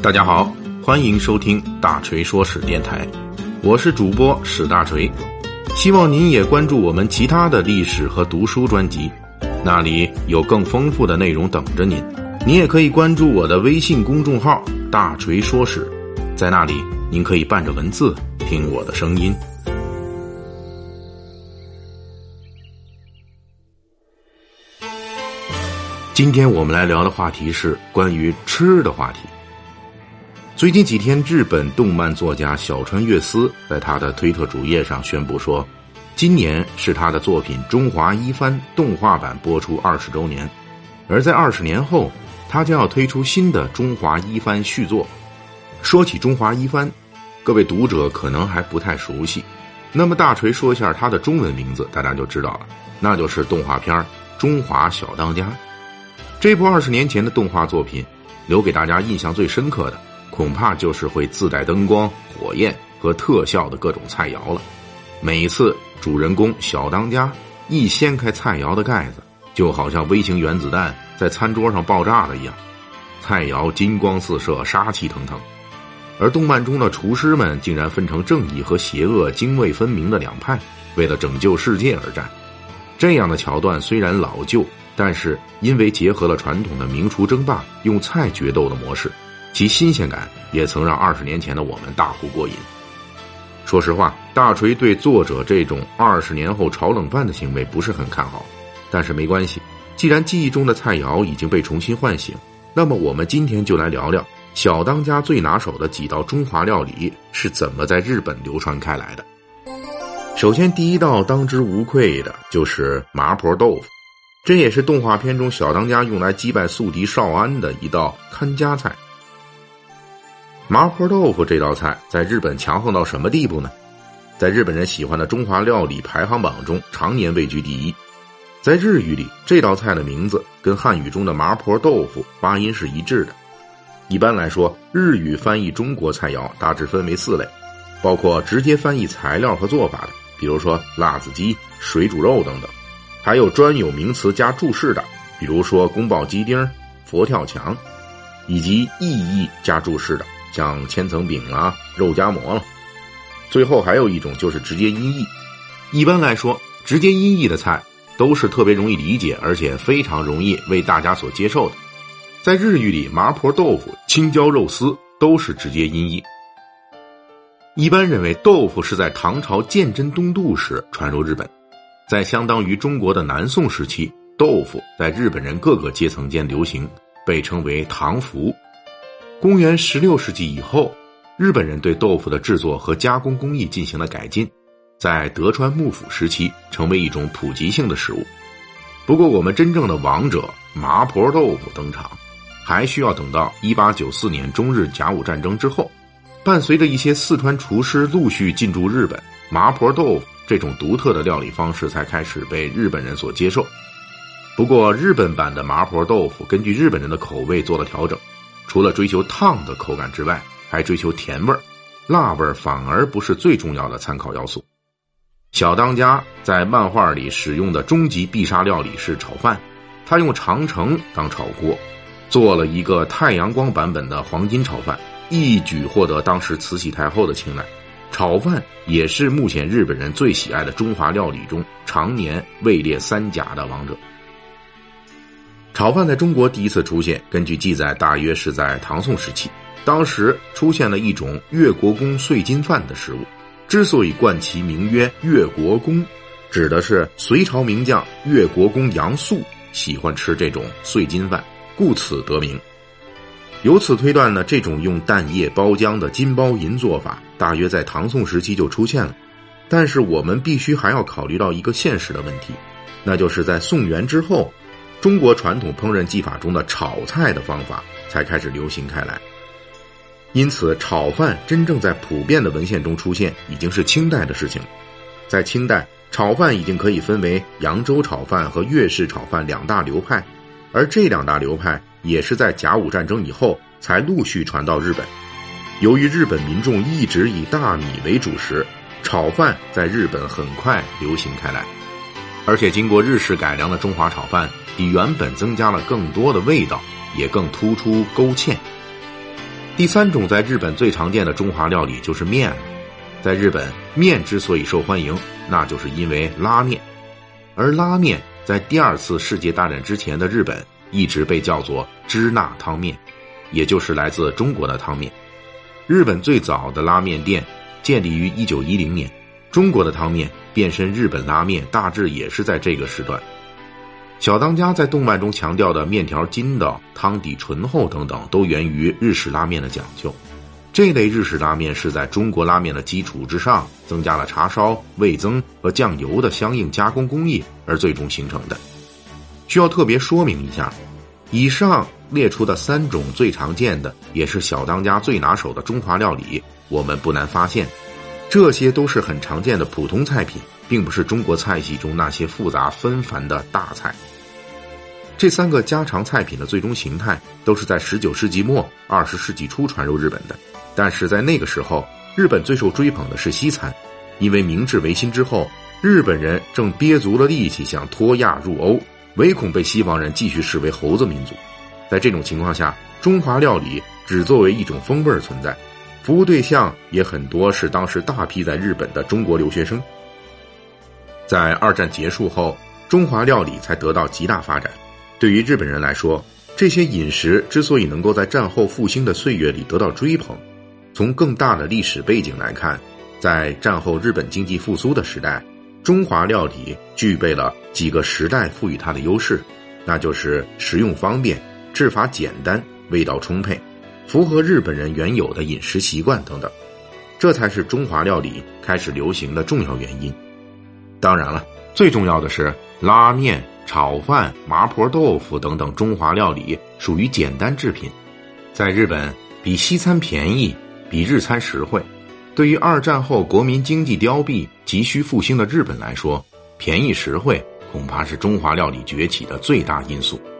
大家好，欢迎收听大锤说史电台，我是主播史大锤，希望您也关注我们其他的历史和读书专辑，那里有更丰富的内容等着您。您也可以关注我的微信公众号大锤说史，在那里您可以伴着文字听我的声音。今天我们来聊的话题是关于吃的话题。最近几天，日本动漫作家小川悦司在他的推特主页上宣布说，今年是他的作品《中华一番》动画版播出20周年，而在20年后，他将要推出新的《中华一番》续作。说起《中华一番》，各位读者可能还不太熟悉，那么大锤说一下它的中文名字，大家就知道了，那就是动画片《中华小当家》。这部20年前的动画作品，留给大家印象最深刻的，恐怕就是会自带灯光、火焰和特效的各种菜肴了。每次主人公小当家一掀开菜肴的盖子，就好像微型原子弹在餐桌上爆炸了一样，菜肴金光四射，杀气腾腾。而动漫中的厨师们竟然分成正义和邪恶泾渭分明的两派，为了拯救世界而战。这样的桥段虽然老旧，但是因为结合了传统的名厨争霸用菜决斗的模式，其新鲜感也曾让20年前的我们大呼过瘾。说实话，大锤对作者这种20年后炒冷饭的行为不是很看好，但是没关系，既然记忆中的菜肴已经被重新唤醒，那么我们今天就来聊聊小当家最拿手的几道中华料理是怎么在日本流传开来的。首先第一道当之无愧的就是麻婆豆腐，这也是动画片中小当家用来击败宿敌少安的一道看家菜。麻婆豆腐这道菜在日本强横到什么地步呢？在日本人喜欢的中华料理排行榜中常年位居第一。在日语里，这道菜的名字跟汉语中的麻婆豆腐发音是一致的。一般来说，日语翻译中国菜肴大致分为4类，包括直接翻译材料和做法的，比如说辣子鸡、水煮肉等等，还有专有名词加注释的，比如说宫保鸡丁、佛跳墙，以及意义加注释的，像千层饼啊、肉夹馍了。最后还有一种就是直接音译。一般来说，直接音译的菜都是特别容易理解，而且非常容易为大家所接受的。在日语里，麻婆豆腐、青椒肉丝都是直接音译。一般认为豆腐是在唐朝鉴真东渡时传入日本，在相当于中国的南宋时期，豆腐在日本人各个阶层间流行，被称为唐服。公元16世纪以后，日本人对豆腐的制作和加工工艺进行了改进，在德川幕府时期成为一种普及性的食物。不过我们真正的王者麻婆豆腐登场，还需要等到1894年中日甲午战争之后，伴随着一些四川厨师陆续进驻日本，麻婆豆腐这种独特的料理方式才开始被日本人所接受。不过日本版的麻婆豆腐根据日本人的口味做了调整，除了追求烫的口感之外，还追求甜味儿，辣味儿反而不是最重要的参考要素。小当家在漫画里使用的终极必杀料理是炒饭，他用长城当炒锅，做了一个太阳光版本的黄金炒饭，一举获得当时慈禧太后的青睐。炒饭也是目前日本人最喜爱的中华料理中常年位列3甲的王者。炒饭在中国第一次出现，根据记载大约是在唐宋时期，当时出现了一种越国公碎金饭的食物，之所以冠其名曰越国公，指的是隋朝名将越国公杨素喜欢吃这种碎金饭，故此得名。由此推断呢，这种用蛋液包浆的金包银做法大约在唐宋时期就出现了。但是我们必须还要考虑到一个现实的问题，那就是在宋元之后，中国传统烹饪技法中的炒菜的方法才开始流行开来。因此炒饭真正在普遍的文献中出现已经是清代的事情了。在清代，炒饭已经可以分为扬州炒饭和粤式炒饭2大流派，而这2大流派也是在甲午战争以后才陆续传到日本。由于日本民众一直以大米为主食，炒饭在日本很快流行开来，而且经过日式改良的中华炒饭比原本增加了更多的味道，也更突出勾芡。 第三种在日本最常见的中华料理就是面。在日本，面之所以受欢迎，那就是因为拉面。而拉面在第二次世界大战之前的日本一直被叫做支那汤面，也就是来自中国的汤面。日本最早的拉面店建立于1910年，中国的汤面变身日本拉面大致也是在这个时段。小当家在动漫中强调的面条筋道、汤底醇厚等等，都源于日式拉面的讲究。这类日式拉面是在中国拉面的基础之上，增加了茶烧、味增和酱油的相应加工工艺而最终形成的。需要特别说明一下，以上列出的3种最常见的，也是小当家最拿手的中华料理，我们不难发现，这些都是很常见的普通菜品，并不是中国菜系中那些复杂纷繁的大菜。这3个家常菜品的最终形态都是在19世纪末、20世纪初传入日本的。但是在那个时候，日本最受追捧的是西餐，因为明治维新之后，日本人正憋足了力气想脱亚入欧，唯恐被西方人继续视为猴子民族。在这种情况下，中华料理只作为一种风味存在，服务对象也很多是当时大批在日本的中国留学生。在二战结束后，中华料理才得到极大发展。对于日本人来说，这些饮食之所以能够在战后复兴的岁月里得到追捧，从更大的历史背景来看，在战后日本经济复苏的时代，中华料理具备了几个时代赋予它的优势，那就是食用方便、制法简单、味道充沛，符合日本人原有的饮食习惯等等，这才是中华料理开始流行的重要原因。当然了，最重要的是拉面、炒饭、麻婆豆腐等等中华料理属于简单制品，在日本比西餐便宜，比日餐实惠。对于二战后国民经济凋敝、急需复兴的日本来说，便宜实惠恐怕是中华料理崛起的最大因素。